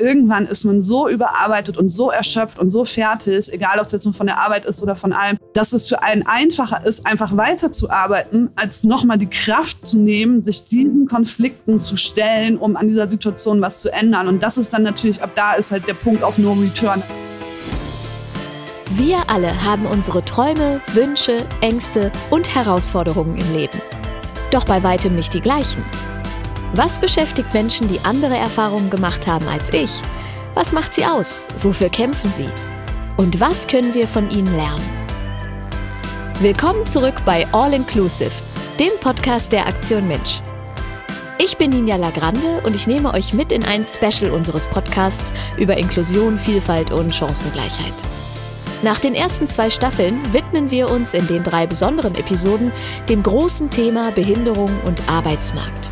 irgendwann ist man so überarbeitet und so erschöpft und so fertig, egal ob es jetzt nur von der Arbeit ist oder von allem, dass es für einen einfacher ist, einfach weiterzuarbeiten, als nochmal die Kraft zu nehmen, sich diesen Konflikten zu stellen, um an dieser Situation was zu ändern. Und das ist dann natürlich, ab da ist halt der Punkt auf No Return. Wir alle haben unsere Träume, Wünsche, Ängste und Herausforderungen im Leben. Doch bei weitem nicht die gleichen. Was beschäftigt Menschen, die andere Erfahrungen gemacht haben als ich? Was macht sie aus? Wofür kämpfen sie? Und was können wir von ihnen lernen? Willkommen zurück bei All Inclusive, dem Podcast der Aktion Mensch. Ich bin Ninja Lagrande und ich nehme euch mit in ein Special unseres Podcasts über Inklusion, Vielfalt und Chancengleichheit. Nach den ersten 2 Staffeln widmen wir uns in den 3 besonderen Episoden dem großen Thema Behinderung und Arbeitsmarkt.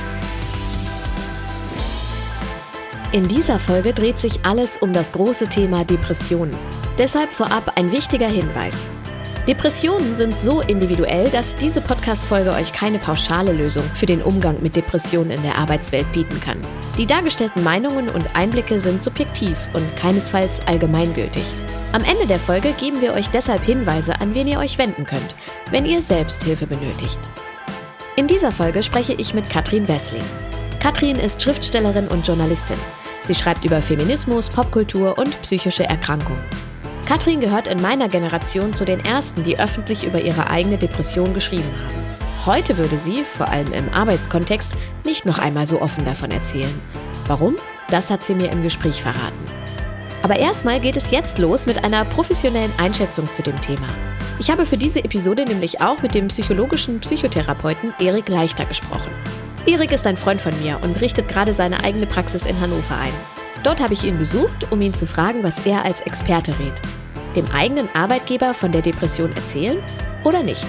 In dieser Folge dreht sich alles um das große Thema Depressionen. Deshalb vorab ein wichtiger Hinweis. Depressionen sind so individuell, dass diese Podcast-Folge euch keine pauschale Lösung für den Umgang mit Depressionen in der Arbeitswelt bieten kann. Die dargestellten Meinungen und Einblicke sind subjektiv und keinesfalls allgemeingültig. Am Ende der Folge geben wir euch deshalb Hinweise, an wen ihr euch wenden könnt, wenn ihr selbst Hilfe benötigt. In dieser Folge spreche ich mit Katrin Wessling. Katrin ist Schriftstellerin und Journalistin. Sie schreibt über Feminismus, Popkultur und psychische Erkrankungen. Katrin gehört in meiner Generation zu den Ersten, die öffentlich über ihre eigene Depression geschrieben haben. Heute würde sie, vor allem im Arbeitskontext, nicht noch einmal so offen davon erzählen. Warum? Das hat sie mir im Gespräch verraten. Aber erstmal geht es jetzt los mit einer professionellen Einschätzung zu dem Thema. Ich habe für diese Episode nämlich auch mit dem psychologischen Psychotherapeuten Erik Leichter gesprochen. Erik ist ein Freund von mir und richtet gerade seine eigene Praxis in Hannover ein. Dort habe ich ihn besucht, um ihn zu fragen, was er als Experte rät. Dem eigenen Arbeitgeber von der Depression erzählen oder nicht?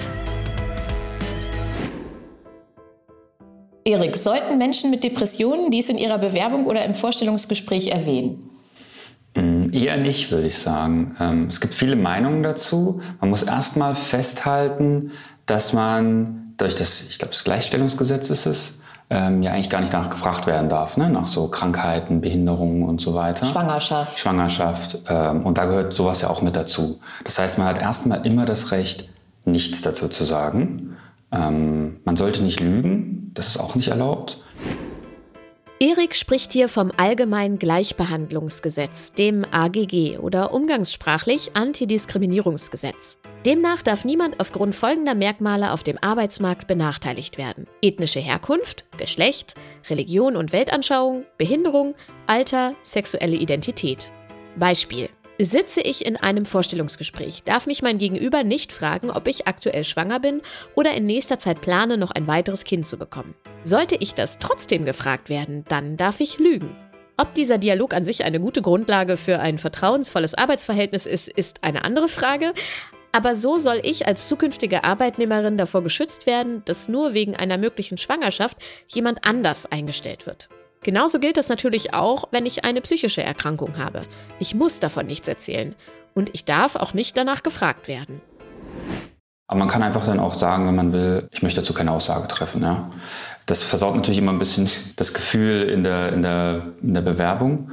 Erik, sollten Menschen mit Depressionen dies in ihrer Bewerbung oder im Vorstellungsgespräch erwähnen? Eher nicht, würde ich sagen. Es gibt viele Meinungen dazu. Man muss erstmal festhalten, dass man, durch das, ich glaube, das Gleichstellungsgesetz ist es, ja eigentlich gar nicht danach gefragt werden darf, ne? Nach so Krankheiten, Behinderungen und so weiter. Schwangerschaft. Und da gehört sowas ja auch mit dazu. Das heißt, man hat erstmal immer das Recht, nichts dazu zu sagen. Man sollte nicht lügen, das ist auch nicht erlaubt. Erik spricht hier vom Allgemeinen Gleichbehandlungsgesetz, dem AGG oder umgangssprachlich Antidiskriminierungsgesetz. Demnach darf niemand aufgrund folgender Merkmale auf dem Arbeitsmarkt benachteiligt werden: ethnische Herkunft, Geschlecht, Religion und Weltanschauung, Behinderung, Alter, sexuelle Identität. Beispiel: Sitze ich in einem Vorstellungsgespräch, darf mich mein Gegenüber nicht fragen, ob ich aktuell schwanger bin oder in nächster Zeit plane, noch ein weiteres Kind zu bekommen. Sollte ich das trotzdem gefragt werden, dann darf ich lügen. Ob dieser Dialog an sich eine gute Grundlage für ein vertrauensvolles Arbeitsverhältnis ist, ist eine andere Frage. Aber so soll ich als zukünftige Arbeitnehmerin davor geschützt werden, dass nur wegen einer möglichen Schwangerschaft jemand anders eingestellt wird. Genauso gilt das natürlich auch, wenn ich eine psychische Erkrankung habe. Ich muss davon nichts erzählen und ich darf auch nicht danach gefragt werden. Aber man kann einfach dann auch sagen, wenn man will, ich möchte dazu keine Aussage treffen. Ja? Das versaut natürlich immer ein bisschen das Gefühl in der Bewerbung,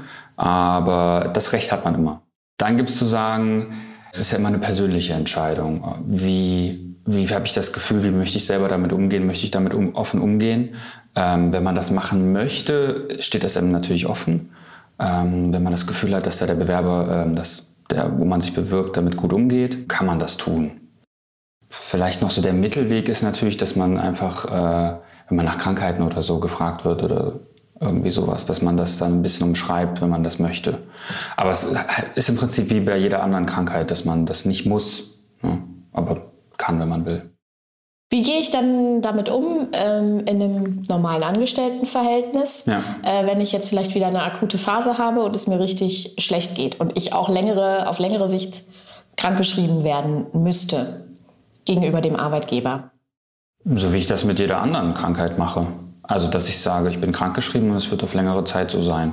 aber das Recht hat man immer. Dann gibt es zu sagen, es ist ja immer eine persönliche Entscheidung. Wie habe ich das Gefühl, wie möchte ich selber damit umgehen? Möchte ich damit offen umgehen? Wenn man das machen möchte, steht das einem natürlich offen. Wenn man das Gefühl hat, dass da der Bewerber, wo man sich bewirbt, damit gut umgeht, kann man das tun. Vielleicht noch so der Mittelweg ist natürlich, dass man einfach, wenn man nach Krankheiten oder so gefragt wird oder irgendwie sowas, dass man das dann ein bisschen umschreibt, wenn man das möchte. Aber es ist im Prinzip wie bei jeder anderen Krankheit, dass man das nicht muss, ne? Aber kann, wenn man will. Wie gehe ich dann damit um, in einem normalen Angestelltenverhältnis, wenn ich jetzt vielleicht wieder eine akute Phase habe und es mir richtig schlecht geht und ich auch auf längere Sicht krankgeschrieben werden müsste gegenüber dem Arbeitgeber? So wie ich das mit jeder anderen Krankheit mache. Also, dass ich sage, ich bin krankgeschrieben und es wird auf längere Zeit so sein.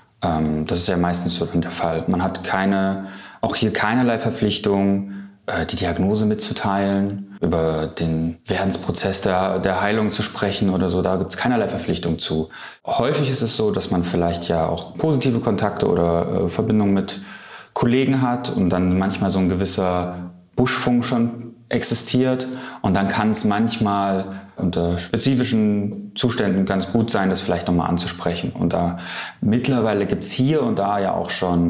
Das ist ja meistens so der Fall. Man hat auch hier keinerlei Verpflichtung, die Diagnose mitzuteilen. über den Werdensprozess der Heilung zu sprechen oder so. Da gibt es keinerlei Verpflichtung zu. Häufig ist es so, dass man vielleicht ja auch positive Kontakte oder Verbindungen mit Kollegen hat und dann manchmal so ein gewisser Buschfunk schon existiert. Und dann kann es manchmal unter spezifischen Zuständen ganz gut sein, das vielleicht nochmal anzusprechen. Und da mittlerweile gibt es hier und da ja auch schon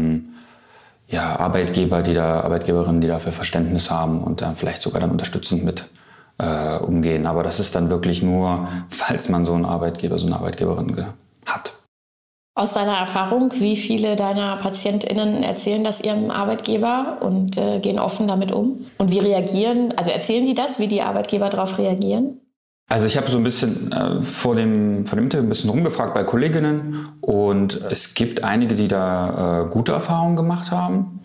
Arbeitgeberinnen, die dafür Verständnis haben und dann vielleicht sogar dann unterstützend mit umgehen. Aber das ist dann wirklich nur, falls man so einen Arbeitgeber, so eine Arbeitgeberin hat. Aus deiner Erfahrung, wie viele deiner PatientInnen erzählen das ihrem Arbeitgeber und gehen offen damit um? Und wie reagieren, also erzählen die das, wie die Arbeitgeber darauf reagieren? Also ich habe so ein bisschen vor dem Interview ein bisschen rumgefragt bei Kolleginnen und es gibt einige, die da gute Erfahrungen gemacht haben.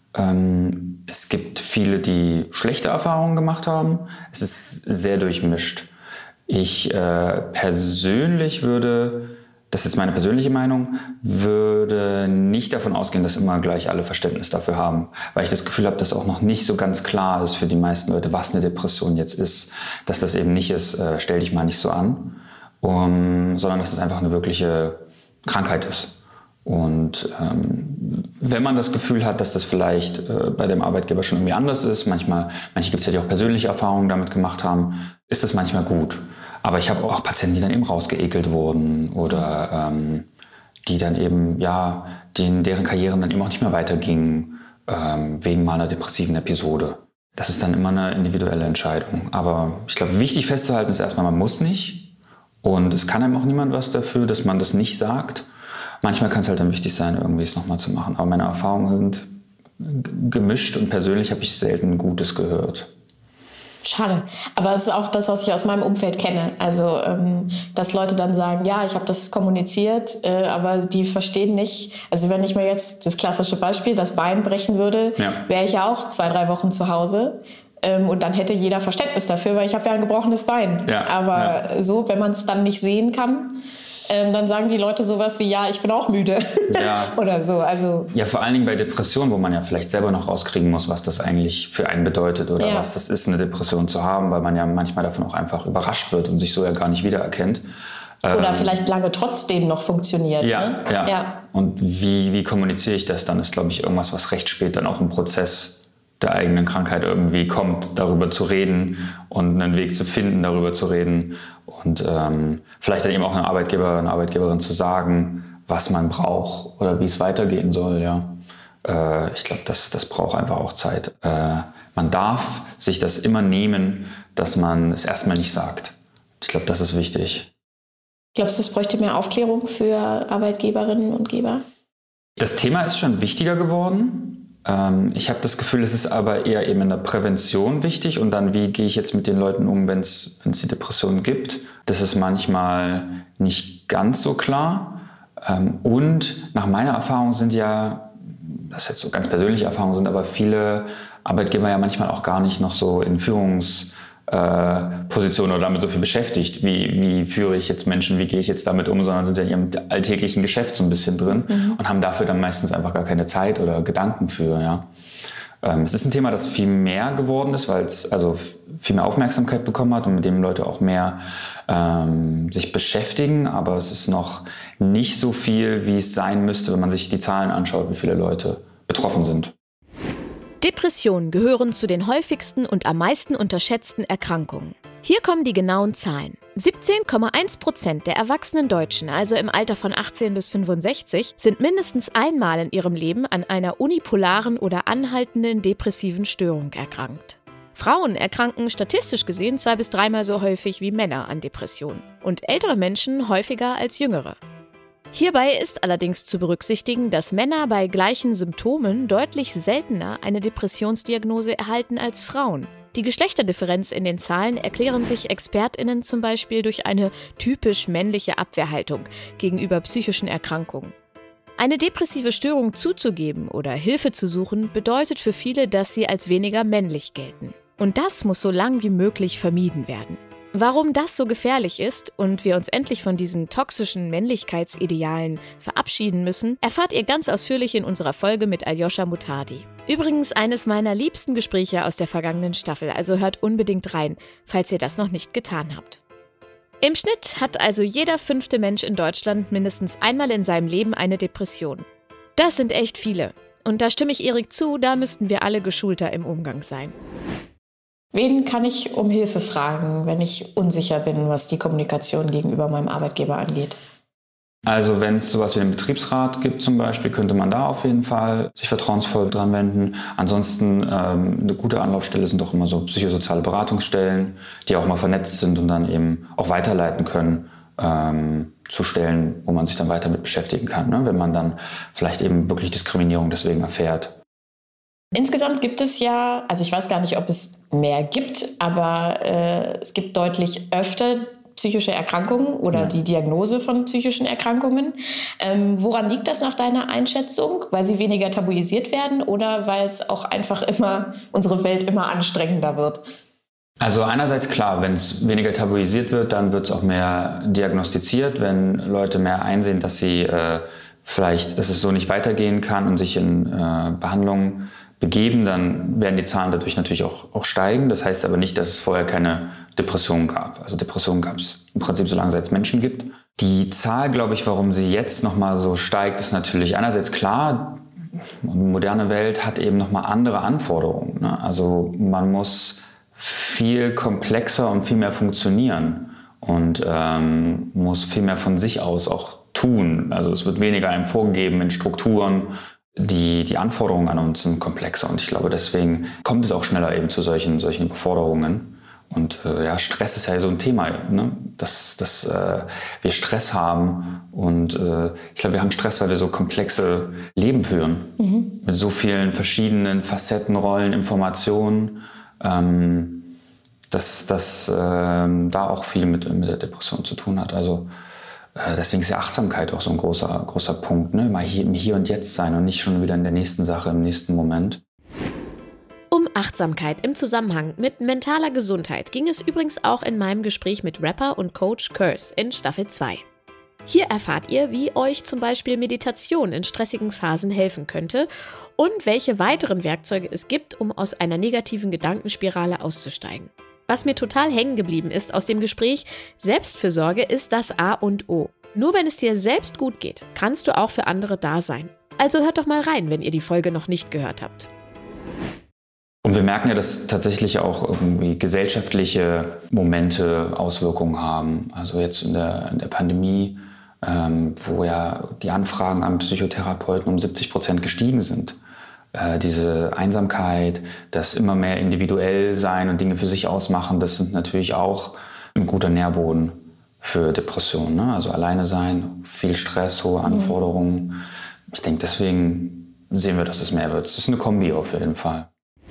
Es gibt viele, die schlechte Erfahrungen gemacht haben. Es ist sehr durchmischt. Ich persönlich das ist jetzt meine persönliche Meinung, würde nicht davon ausgehen, dass immer gleich alle Verständnis dafür haben. Weil ich das Gefühl habe, dass auch noch nicht so ganz klar ist für die meisten Leute, was eine Depression jetzt ist. Dass das eben nicht ist, stell dich mal nicht so an, sondern dass es einfach eine wirkliche Krankheit ist. Und wenn man das Gefühl hat, dass das vielleicht bei dem Arbeitgeber schon irgendwie anders ist, manche gibt es ja, die auch persönliche Erfahrungen damit gemacht haben, ist das manchmal gut. Aber ich habe auch Patienten, die dann eben rausgeekelt wurden oder die dann eben, deren Karrieren dann eben auch nicht mehr weitergingen wegen mal einer depressiven Episode. Das ist dann immer eine individuelle Entscheidung. Aber ich glaube, wichtig festzuhalten ist erstmal, man muss nicht. Und es kann einem auch niemand was dafür, dass man das nicht sagt. Manchmal kann es halt dann wichtig sein, irgendwie es nochmal zu machen. Aber meine Erfahrungen sind gemischt und persönlich habe ich selten Gutes gehört. Schade. Aber es ist auch das, was ich aus meinem Umfeld kenne. Also, dass Leute dann sagen, ja, ich habe das kommuniziert, aber die verstehen nicht. Also wenn ich mir jetzt das klassische Beispiel, das Bein brechen würde, wäre ich ja auch 2-3 Wochen zu Hause. Und dann hätte jeder Verständnis dafür, weil ich habe ja ein gebrochenes Bein. Ja, aber so, wenn man es dann nicht sehen kann, dann sagen die Leute sowas wie, ja, ich bin auch müde oder so. Also ja, vor allen Dingen bei Depressionen, wo man ja vielleicht selber noch rauskriegen muss, was das eigentlich für einen bedeutet oder was das ist, eine Depression zu haben, weil man ja manchmal davon auch einfach überrascht wird und sich so ja gar nicht wiedererkennt. Oder vielleicht lange trotzdem noch funktioniert. Ja. Und wie kommuniziere ich das dann, ist, glaube ich, irgendwas, was recht spät dann auch im Prozess der eigenen Krankheit irgendwie kommt, darüber zu reden und einen Weg zu finden, darüber zu reden und vielleicht dann eben auch eine Arbeitgeber, eine Arbeitgeberin zu sagen, was man braucht oder wie es weitergehen soll. Ich glaube, das braucht einfach auch Zeit. Man darf sich das immer nehmen, dass man es erstmal nicht sagt. Ich glaube, das ist wichtig. Glaubst du, es bräuchte mehr Aufklärung für Arbeitgeberinnen und Geber? Das Thema ist schon wichtiger geworden. Ich habe das Gefühl, es ist aber eher eben in der Prävention wichtig und dann, wie gehe ich jetzt mit den Leuten um, wenn es die Depression gibt. Das ist manchmal nicht ganz so klar. Und nach meiner Erfahrung sind ja, das jetzt so ganz persönliche Erfahrungen sind, aber viele Arbeitgeber ja manchmal auch gar nicht noch so in Führungspositionen oder damit so viel beschäftigt. Wie führe ich jetzt Menschen, wie gehe ich jetzt damit um, sondern sind ja in ihrem alltäglichen Geschäft so ein bisschen drin und haben dafür dann meistens einfach gar keine Zeit oder Gedanken für. Es ist ein Thema, das viel mehr geworden ist, weil es also viel mehr Aufmerksamkeit bekommen hat und mit dem Leute auch mehr sich beschäftigen, aber es ist noch nicht so viel, wie es sein müsste, wenn man sich die Zahlen anschaut, wie viele Leute betroffen sind. Depressionen gehören zu den häufigsten und am meisten unterschätzten Erkrankungen. Hier kommen die genauen Zahlen. 17,1% der erwachsenen Deutschen, also im Alter von 18 bis 65, sind mindestens einmal in ihrem Leben an einer unipolaren oder anhaltenden depressiven Störung erkrankt. Frauen erkranken statistisch gesehen 2- bis 3-mal so häufig wie Männer an Depressionen und ältere Menschen häufiger als jüngere. Hierbei ist allerdings zu berücksichtigen, dass Männer bei gleichen Symptomen deutlich seltener eine Depressionsdiagnose erhalten als Frauen. Die Geschlechterdifferenz in den Zahlen erklären sich ExpertInnen zum Beispiel durch eine typisch männliche Abwehrhaltung gegenüber psychischen Erkrankungen. Eine depressive Störung zuzugeben oder Hilfe zu suchen, bedeutet für viele, dass sie als weniger männlich gelten. Und das muss so lang wie möglich vermieden werden. Warum das so gefährlich ist und wir uns endlich von diesen toxischen Männlichkeitsidealen verabschieden müssen, erfahrt ihr ganz ausführlich in unserer Folge mit Aljoscha Muhtadi. Übrigens eines meiner liebsten Gespräche aus der vergangenen Staffel, also hört unbedingt rein, falls ihr das noch nicht getan habt. Im Schnitt hat also jeder 5. Mensch in Deutschland mindestens einmal in seinem Leben eine Depression. Das sind echt viele. Und da stimme ich Erik zu, da müssten wir alle geschulter im Umgang sein. Wen kann ich um Hilfe fragen, wenn ich unsicher bin, was die Kommunikation gegenüber meinem Arbeitgeber angeht? Also wenn es sowas wie einen Betriebsrat gibt zum Beispiel, könnte man da auf jeden Fall sich vertrauensvoll dran wenden. Ansonsten eine gute Anlaufstelle sind doch immer so psychosoziale Beratungsstellen, die auch mal vernetzt sind und dann eben auch weiterleiten können zu Stellen, wo man sich dann weiter mit beschäftigen kann, ne? Wenn man dann vielleicht eben wirklich Diskriminierung deswegen erfährt. Insgesamt gibt es ja, also ich weiß gar nicht, ob es mehr gibt, aber es gibt deutlich öfter psychische Erkrankungen oder die Diagnose von psychischen Erkrankungen. Woran liegt das nach deiner Einschätzung? Weil sie weniger tabuisiert werden oder weil es auch einfach immer, unsere Welt immer anstrengender wird? Also einerseits klar, wenn es weniger tabuisiert wird, dann wird es auch mehr diagnostiziert, wenn Leute mehr einsehen, dass sie dass es so nicht weitergehen kann und sich in Behandlungen begeben, dann werden die Zahlen dadurch natürlich auch steigen. Das heißt aber nicht, dass es vorher keine Depressionen gab. Also Depressionen gab es im Prinzip so lange, seit es Menschen gibt. Die Zahl, glaube ich, warum sie jetzt nochmal so steigt, ist natürlich einerseits klar, die moderne Welt hat eben nochmal andere Anforderungen, ne? Also man muss viel komplexer und viel mehr funktionieren und muss viel mehr von sich aus auch tun. Also es wird weniger einem vorgegeben in Strukturen. Die Anforderungen an uns sind komplexer und ich glaube, deswegen kommt es auch schneller eben zu solchen Überforderungen. Und Stress ist ja so ein Thema, ne? dass wir Stress haben und ich glaube, wir haben Stress, weil wir so komplexe Leben führen. Mit so vielen verschiedenen Facetten, Rollen, Informationen, dass da auch viel mit der Depression zu tun hat. Also deswegen ist ja Achtsamkeit auch so ein großer Punkt, ne? Mal im Hier und Jetzt sein und nicht schon wieder in der nächsten Sache, im nächsten Moment. Um Achtsamkeit im Zusammenhang mit mentaler Gesundheit ging es übrigens auch in meinem Gespräch mit Rapper und Coach Curse in Staffel 2. Hier erfahrt ihr, wie euch zum Beispiel Meditation in stressigen Phasen helfen könnte und welche weiteren Werkzeuge es gibt, um aus einer negativen Gedankenspirale auszusteigen. Was mir total hängen geblieben ist aus dem Gespräch, Selbstfürsorge ist das A und O. Nur wenn es dir selbst gut geht, kannst du auch für andere da sein. Also hört doch mal rein, wenn ihr die Folge noch nicht gehört habt. Und wir merken ja, dass tatsächlich auch irgendwie gesellschaftliche Momente Auswirkungen haben. Also jetzt in der Pandemie, wo ja die Anfragen an Psychotherapeuten um 70% gestiegen sind. Diese Einsamkeit, das immer mehr individuell sein und Dinge für sich ausmachen, das sind natürlich auch ein guter Nährboden für Depressionen, ne? Also alleine sein, viel Stress, hohe Anforderungen. Ich denke, deswegen sehen wir, dass es mehr wird. Es ist eine Kombi auf jeden Fall.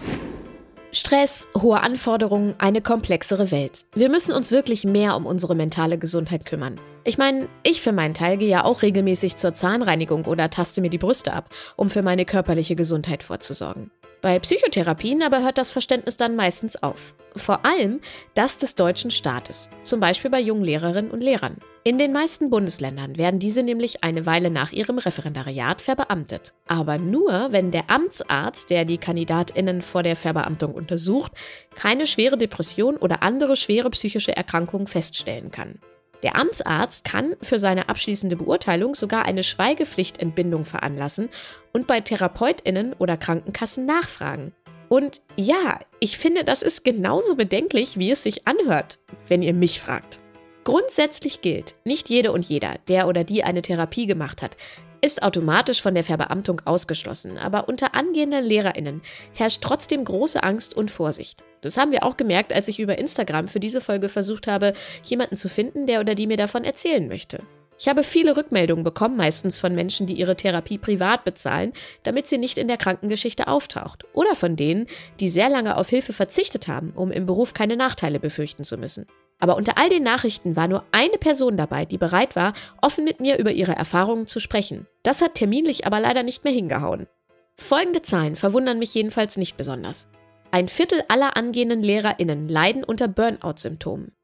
Stress, hohe Anforderungen, eine komplexere Welt. Wir müssen uns wirklich mehr um unsere mentale Gesundheit kümmern. Ich meine, ich für meinen Teil gehe ja auch regelmäßig zur Zahnreinigung oder taste mir die Brüste ab, um für meine körperliche Gesundheit vorzusorgen. Bei Psychotherapien aber hört das Verständnis dann meistens auf. Vor allem das des deutschen Staates, zum Beispiel bei jungen Lehrerinnen und Lehrern. In den meisten Bundesländern werden diese nämlich eine Weile nach ihrem Referendariat verbeamtet. Aber nur, wenn der Amtsarzt, der die KandidatInnen vor der Verbeamtung untersucht, keine schwere Depression oder andere schwere psychische Erkrankungen feststellen kann. Der Amtsarzt kann für seine abschließende Beurteilung sogar eine Schweigepflichtentbindung veranlassen und bei TherapeutInnen oder Krankenkassen nachfragen. Und ja, ich finde, das ist genauso bedenklich, wie es sich anhört, wenn ihr mich fragt. Grundsätzlich gilt, nicht jede und jeder, der oder die eine Therapie gemacht hat, ist automatisch von der Verbeamtung ausgeschlossen, aber unter angehenden LehrerInnen herrscht trotzdem große Angst und Vorsicht. Das haben wir auch gemerkt, als ich über Instagram für diese Folge versucht habe, jemanden zu finden, der oder die mir davon erzählen möchte. Ich habe viele Rückmeldungen bekommen, meistens von Menschen, die ihre Therapie privat bezahlen, damit sie nicht in der Krankengeschichte auftaucht. Oder von denen, die sehr lange auf Hilfe verzichtet haben, um im Beruf keine Nachteile befürchten zu müssen. Aber unter all den Nachrichten war nur eine Person dabei, die bereit war, offen mit mir über ihre Erfahrungen zu sprechen. Das hat terminlich aber leider nicht mehr hingehauen. Folgende Zahlen verwundern mich jedenfalls nicht besonders. 1/4 aller angehenden LehrerInnen leiden unter Burnout-Symptomen.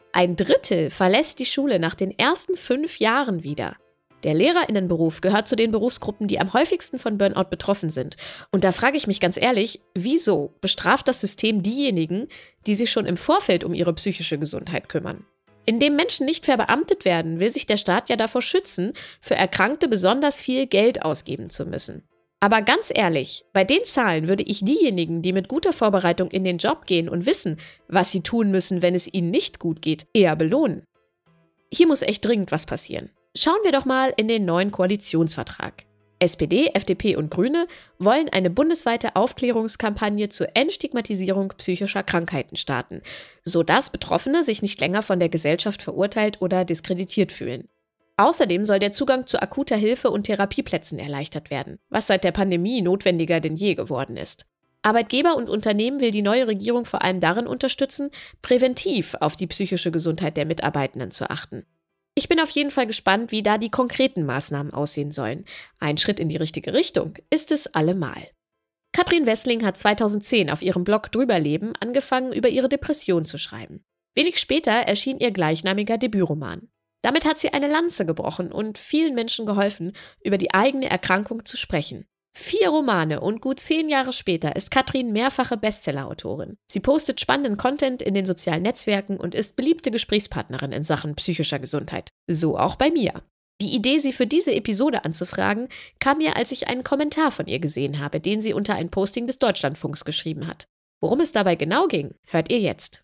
Ein Drittel verlässt die Schule nach den ersten 5 Jahren wieder. Der Lehrerinnenberuf gehört zu den Berufsgruppen, die am häufigsten von Burnout betroffen sind. Und da frage ich mich ganz ehrlich, wieso bestraft das System diejenigen, die sich schon im Vorfeld um ihre psychische Gesundheit kümmern? Indem Menschen nicht verbeamtet werden, will sich der Staat ja davor schützen, für Erkrankte besonders viel Geld ausgeben zu müssen. Aber ganz ehrlich, bei den Zahlen würde ich diejenigen, die mit guter Vorbereitung in den Job gehen und wissen, was sie tun müssen, wenn es ihnen nicht gut geht, eher belohnen. Hier muss echt dringend was passieren. Schauen wir doch mal in den neuen Koalitionsvertrag. SPD, FDP und Grüne wollen eine bundesweite Aufklärungskampagne zur Entstigmatisierung psychischer Krankheiten starten, sodass Betroffene sich nicht länger von der Gesellschaft verurteilt oder diskreditiert fühlen. Außerdem soll der Zugang zu akuter Hilfe und Therapieplätzen erleichtert werden, was seit der Pandemie notwendiger denn je geworden ist. Arbeitgeber und Unternehmen will die neue Regierung vor allem darin unterstützen, präventiv auf die psychische Gesundheit der Mitarbeitenden zu achten. Ich bin auf jeden Fall gespannt, wie da die konkreten Maßnahmen aussehen sollen. Ein Schritt in die richtige Richtung ist es allemal. Katrin Wessling hat 2010 auf ihrem Blog Drüberleben angefangen, über ihre Depression zu schreiben. Wenig später erschien ihr gleichnamiger Debütroman. Damit hat sie eine Lanze gebrochen und vielen Menschen geholfen, über die eigene Erkrankung zu sprechen. 4 Romane und gut 10 Jahre später ist Katrin mehrfache Bestsellerautorin. Sie postet spannenden Content in den sozialen Netzwerken und ist beliebte Gesprächspartnerin in Sachen psychischer Gesundheit. So auch bei mir. Die Idee, sie für diese Episode anzufragen, kam mir, als ich einen Kommentar von ihr gesehen habe, den sie unter ein Posting des Deutschlandfunks geschrieben hat. Worum es dabei genau ging, hört ihr jetzt.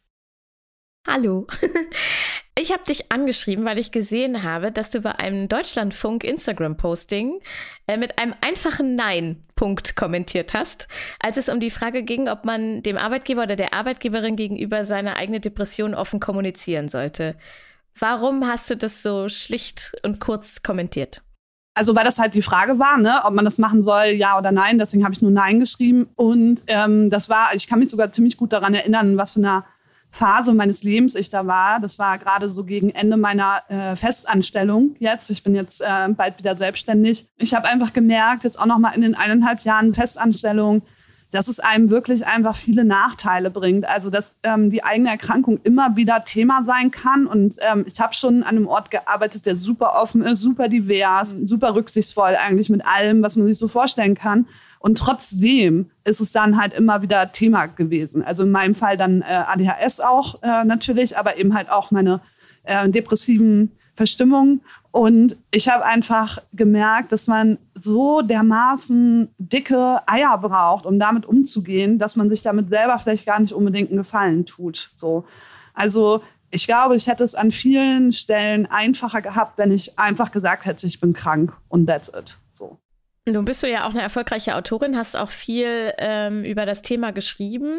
Hallo. Ich habe dich angeschrieben, weil ich gesehen habe, dass du bei einem Deutschlandfunk-Instagram-Posting mit einem einfachen Nein-Punkt kommentiert hast, als es um die Frage ging, ob man dem Arbeitgeber oder der Arbeitgeberin gegenüber seine eigene Depression offen kommunizieren sollte. Warum hast du das so schlicht und kurz kommentiert? Also weil das halt die Frage war, ne, ob man das machen soll, ja oder nein. Deswegen habe ich nur Nein geschrieben. Und ich kann mich sogar ziemlich gut daran erinnern, was für eine Phase meines Lebens ich da war. Das war gerade so gegen Ende meiner Festanstellung jetzt. Ich bin jetzt bald wieder selbstständig. Ich habe einfach gemerkt, jetzt auch noch mal in den 1,5 Jahren Festanstellung, dass es einem wirklich einfach viele Nachteile bringt. Also dass die eigene Erkrankung immer wieder Thema sein kann. Und ich habe schon an einem Ort gearbeitet, der super offen ist, super divers, super rücksichtsvoll eigentlich mit allem, was man sich so vorstellen kann. Und trotzdem ist es dann halt immer wieder Thema gewesen. Also in meinem Fall dann ADHS auch natürlich, aber eben halt auch meine depressiven Verstimmungen. Und ich habe einfach gemerkt, dass man so dermaßen dicke Eier braucht, um damit umzugehen, dass man sich damit selber vielleicht gar nicht unbedingt einen Gefallen tut. So. Also ich glaube, ich hätte es an vielen Stellen einfacher gehabt, wenn ich einfach gesagt hätte, ich bin krank und that's it. So. Nun bist du ja auch eine erfolgreiche Autorin, hast auch viel über das Thema geschrieben.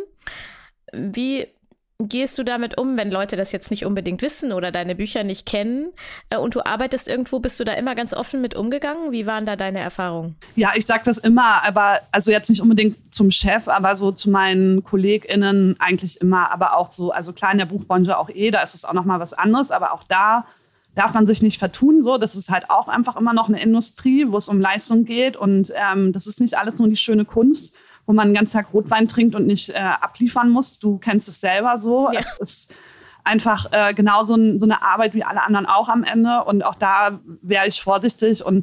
Wie gehst du damit um, wenn Leute das jetzt nicht unbedingt wissen oder deine Bücher nicht kennen und du arbeitest irgendwo, bist du da immer ganz offen mit umgegangen? Wie waren da deine Erfahrungen? Ja, ich sage das immer, aber also jetzt nicht unbedingt zum Chef, aber so zu meinen KollegInnen eigentlich immer, aber auch so, also klar in der Buchbranche auch da ist es auch nochmal was anderes, aber auch da darf man sich nicht vertun. So, das ist halt auch einfach immer noch eine Industrie, wo es um Leistung geht und das ist nicht alles nur die schöne Kunst, wo man den ganzen Tag Rotwein trinkt und nicht abliefern muss. Du kennst es selber so. Ja. Es ist einfach genau so eine Arbeit wie alle anderen auch am Ende. Und auch da wäre ich vorsichtig. Und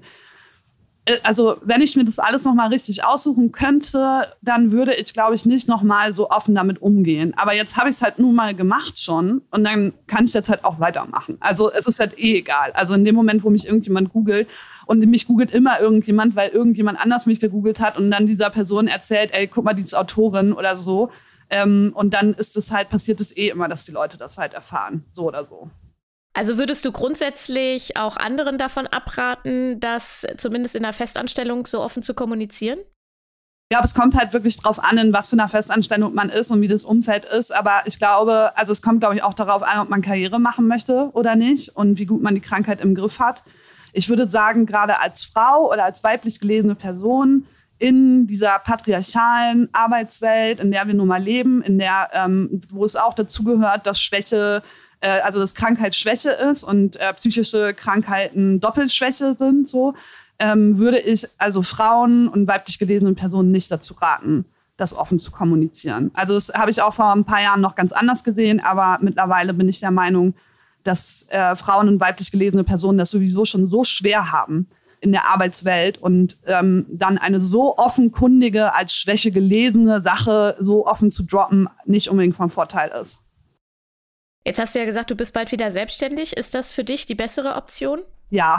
also wenn ich mir das alles nochmal richtig aussuchen könnte, dann würde ich, glaube ich, nicht nochmal so offen damit umgehen. Aber jetzt habe ich es halt nun mal gemacht schon. Und dann kann ich jetzt halt auch weitermachen. Also es ist halt egal. Also in dem Moment, wo mich irgendjemand googelt, und mich googelt immer irgendjemand, weil irgendjemand anders mich gegoogelt hat und dann dieser Person erzählt, ey, guck mal, die ist Autorin oder so. Und dann ist es halt, passiert es immer, dass die Leute das halt erfahren, so oder so. Also würdest du grundsätzlich auch anderen davon abraten, das zumindest in der Festanstellung so offen zu kommunizieren? Ja, aber es kommt halt wirklich drauf an, in was für einer Festanstellung man ist und wie das Umfeld ist. Aber ich glaube, also es kommt, glaube ich, auch darauf an, ob man Karriere machen möchte oder nicht und wie gut man die Krankheit im Griff hat. Ich würde sagen, gerade als Frau oder als weiblich gelesene Person in dieser patriarchalen Arbeitswelt, in der wir nun mal leben, in der, wo es auch dazu gehört, dass Schwäche, also dass Krankheit Schwäche ist und psychische Krankheiten Doppelschwäche sind, so, würde ich also Frauen und weiblich gelesenen Personen nicht dazu raten, das offen zu kommunizieren. Also das habe ich auch vor ein paar Jahren noch ganz anders gesehen, aber mittlerweile bin ich der Meinung, dass Frauen und weiblich gelesene Personen das sowieso schon so schwer haben in der Arbeitswelt und dann eine so offenkundige, als Schwäche gelesene Sache so offen zu droppen, nicht unbedingt von Vorteil ist. Jetzt hast du ja gesagt, du bist bald wieder selbstständig. Ist das für dich die bessere Option? Ja.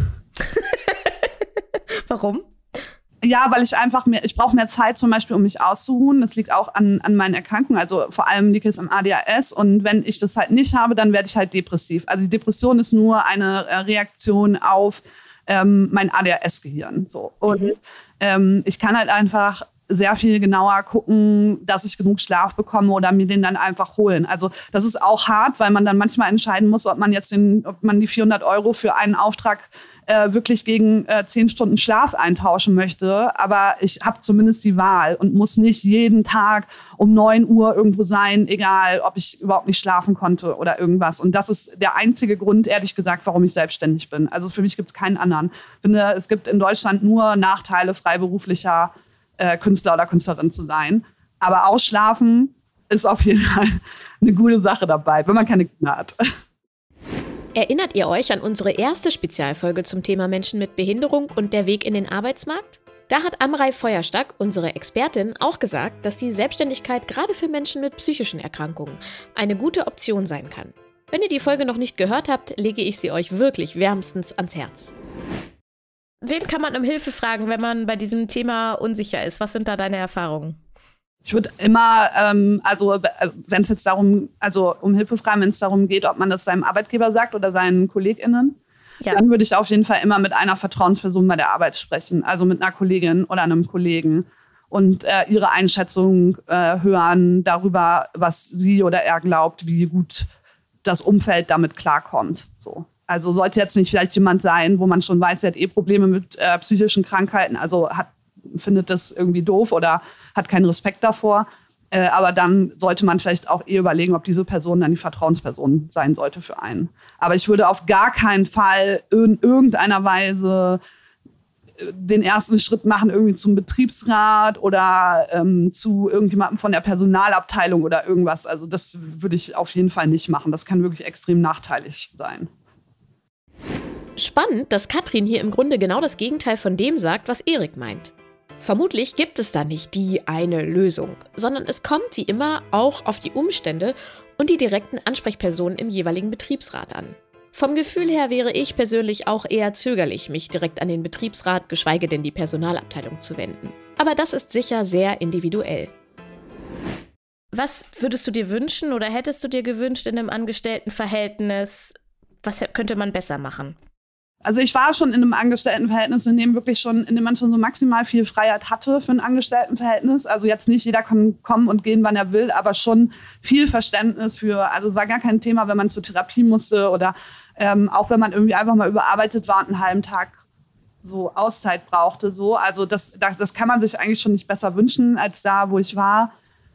Warum? Ja, weil ich brauche mehr Zeit zum Beispiel, um mich auszuruhen. Das liegt auch an meinen Erkrankungen. Also vor allem liegt es am ADHS. Und wenn ich das halt nicht habe, dann werde ich halt depressiv. Also die Depression ist nur eine Reaktion auf mein ADHS-Gehirn. So. Und ich kann halt einfach sehr viel genauer gucken, dass ich genug Schlaf bekomme oder mir den dann einfach holen. Also das ist auch hart, weil man dann manchmal entscheiden muss, ob man die 400 € für einen Auftrag wirklich gegen 10 Stunden Schlaf eintauschen möchte. Aber ich habe zumindest die Wahl und muss nicht jeden Tag um 9 Uhr irgendwo sein, egal ob ich überhaupt nicht schlafen konnte oder irgendwas. Und das ist der einzige Grund, ehrlich gesagt, warum ich selbstständig bin. Also für mich gibt es keinen anderen. Ich finde, es gibt in Deutschland nur Nachteile freiberuflicher Künstler oder Künstlerin zu sein. Aber ausschlafen ist auf jeden Fall eine gute Sache dabei, wenn man keine Kinder hat. Erinnert ihr euch an unsere erste Spezialfolge zum Thema Menschen mit Behinderung und der Weg in den Arbeitsmarkt? Da hat Amrei Feuerstack, unsere Expertin, auch gesagt, dass die Selbstständigkeit gerade für Menschen mit psychischen Erkrankungen eine gute Option sein kann. Wenn ihr die Folge noch nicht gehört habt, lege ich sie euch wirklich wärmstens ans Herz. Wen kann man um Hilfe fragen, wenn man bei diesem Thema unsicher ist? Was sind da deine Erfahrungen? Ich würde immer, wenn es jetzt darum, um Hilfe fragen, wenn es darum geht, ob man das seinem Arbeitgeber sagt oder seinen KollegInnen, dann würde ich auf jeden Fall immer mit einer Vertrauensperson bei der Arbeit sprechen, also mit einer Kollegin oder einem Kollegen und ihre Einschätzung hören darüber, was sie oder er glaubt, wie gut das Umfeld damit klarkommt. So. Also sollte jetzt nicht vielleicht jemand sein, wo man schon weiß, er hat Probleme mit psychischen Krankheiten, also findet das irgendwie doof oder hat keinen Respekt davor. Aber dann sollte man vielleicht auch überlegen, ob diese Person dann die Vertrauensperson sein sollte für einen. Aber ich würde auf gar keinen Fall in irgendeiner Weise den ersten Schritt machen, irgendwie zum Betriebsrat oder zu irgendjemandem von der Personalabteilung oder irgendwas. Also das würde ich auf jeden Fall nicht machen. Das kann wirklich extrem nachteilig sein. Spannend, dass Katrin hier im Grunde genau das Gegenteil von dem sagt, was Erik meint. Vermutlich gibt es da nicht die eine Lösung, sondern es kommt wie immer auch auf die Umstände und die direkten Ansprechpersonen im jeweiligen Betriebsrat an. Vom Gefühl her wäre ich persönlich auch eher zögerlich, mich direkt an den Betriebsrat, geschweige denn die Personalabteilung zu wenden. Aber das ist sicher sehr individuell. Was würdest du dir wünschen oder hättest du dir gewünscht in einem Angestelltenverhältnis? Was könnte man besser machen? Also ich war schon in einem Angestelltenverhältnis, in dem man schon so maximal viel Freiheit hatte für ein Angestelltenverhältnis. Also jetzt nicht jeder kann kommen und gehen, wann er will, aber schon viel Verständnis für, also war gar kein Thema, wenn man zur Therapie musste oder auch wenn man irgendwie einfach mal überarbeitet war und einen halben Tag so Auszeit brauchte. So. Also das kann man sich eigentlich schon nicht besser wünschen als da, wo ich war.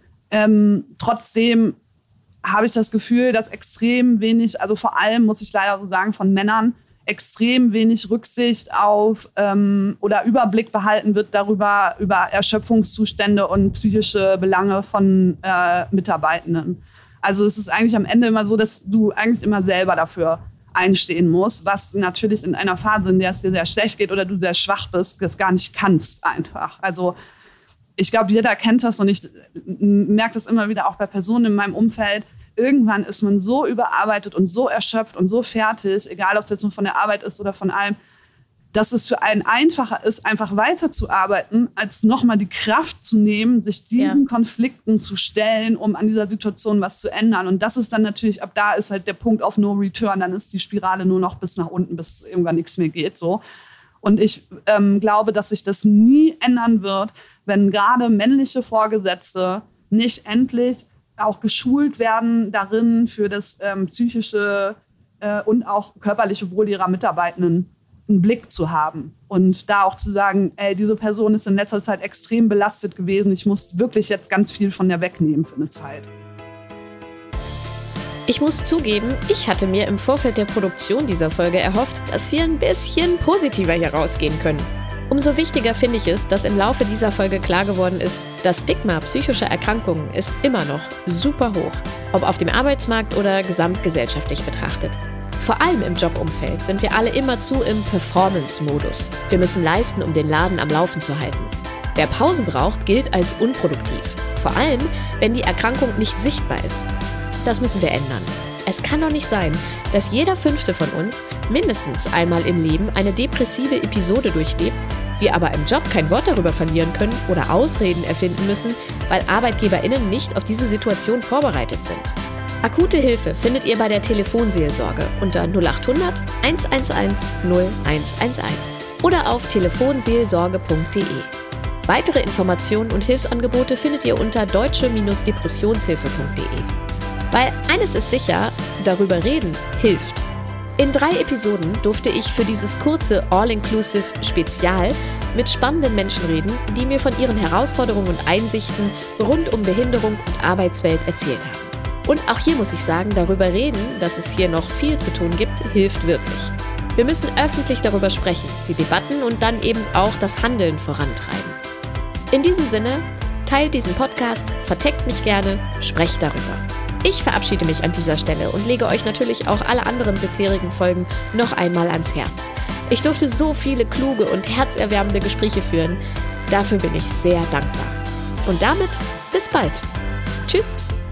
Trotzdem habe ich das Gefühl, dass extrem wenig, also vor allem muss ich leider so sagen, von Männern, extrem wenig Rücksicht auf oder Überblick behalten wird darüber, über Erschöpfungszustände und psychische Belange von Mitarbeitenden. Also es ist eigentlich am Ende immer so, dass du eigentlich immer selber dafür einstehen musst, was natürlich in einer Phase, in der es dir sehr schlecht geht oder du sehr schwach bist, das gar nicht kannst einfach. Also ich glaube, jeder kennt das und ich merke das immer wieder auch bei Personen in meinem Umfeld. Irgendwann ist man so überarbeitet und so erschöpft und so fertig, egal ob es jetzt nur von der Arbeit ist oder von allem, dass es für einen einfacher ist, einfach weiterzuarbeiten, als nochmal die Kraft zu nehmen, sich diesen Konflikten zu stellen, um an dieser Situation was zu ändern. Und das ist dann natürlich, ab da ist halt der Punkt of no return, dann ist die Spirale nur noch bis nach unten, bis irgendwann nichts mehr geht. So. Und ich glaube, dass sich das nie ändern wird, wenn gerade männliche Vorgesetzte nicht endlich auch geschult werden darin, für das psychische und auch körperliche Wohl ihrer Mitarbeitenden einen Blick zu haben. Und da auch zu sagen, diese Person ist in letzter Zeit extrem belastet gewesen. Ich muss wirklich jetzt ganz viel von der wegnehmen für eine Zeit. Ich muss zugeben, ich hatte mir im Vorfeld der Produktion dieser Folge erhofft, dass wir ein bisschen positiver hier rausgehen können. Umso wichtiger finde ich es, dass im Laufe dieser Folge klar geworden ist, das Stigma psychischer Erkrankungen ist immer noch super hoch, ob auf dem Arbeitsmarkt oder gesamtgesellschaftlich betrachtet. Vor allem im Jobumfeld sind wir alle immerzu im Performance-Modus. Wir müssen leisten, um den Laden am Laufen zu halten. Wer Pausen braucht, gilt als unproduktiv. Vor allem, wenn die Erkrankung nicht sichtbar ist. Das müssen wir ändern. Es kann doch nicht sein, dass jeder 5. von uns mindestens einmal im Leben eine depressive Episode durchlebt, wir aber im Job kein Wort darüber verlieren können oder Ausreden erfinden müssen, weil ArbeitgeberInnen nicht auf diese Situation vorbereitet sind. Akute Hilfe findet ihr bei der Telefonseelsorge unter 0800 111 0111 oder auf telefonseelsorge.de. Weitere Informationen und Hilfsangebote findet ihr unter deutsche-depressionshilfe.de. Weil eines ist sicher, darüber reden hilft. In 3 Episoden durfte ich für dieses kurze All-Inclusive-Spezial mit spannenden Menschen reden, die mir von ihren Herausforderungen und Einsichten rund um Behinderung und Arbeitswelt erzählt haben. Und auch hier muss ich sagen, darüber reden, dass es hier noch viel zu tun gibt, hilft wirklich. Wir müssen öffentlich darüber sprechen, die Debatten und dann eben auch das Handeln vorantreiben. In diesem Sinne, teilt diesen Podcast, verteckt mich gerne, sprecht darüber. Ich verabschiede mich an dieser Stelle und lege euch natürlich auch alle anderen bisherigen Folgen noch einmal ans Herz. Ich durfte so viele kluge und herzerwärmende Gespräche führen. Dafür bin ich sehr dankbar. Und damit bis bald. Tschüss.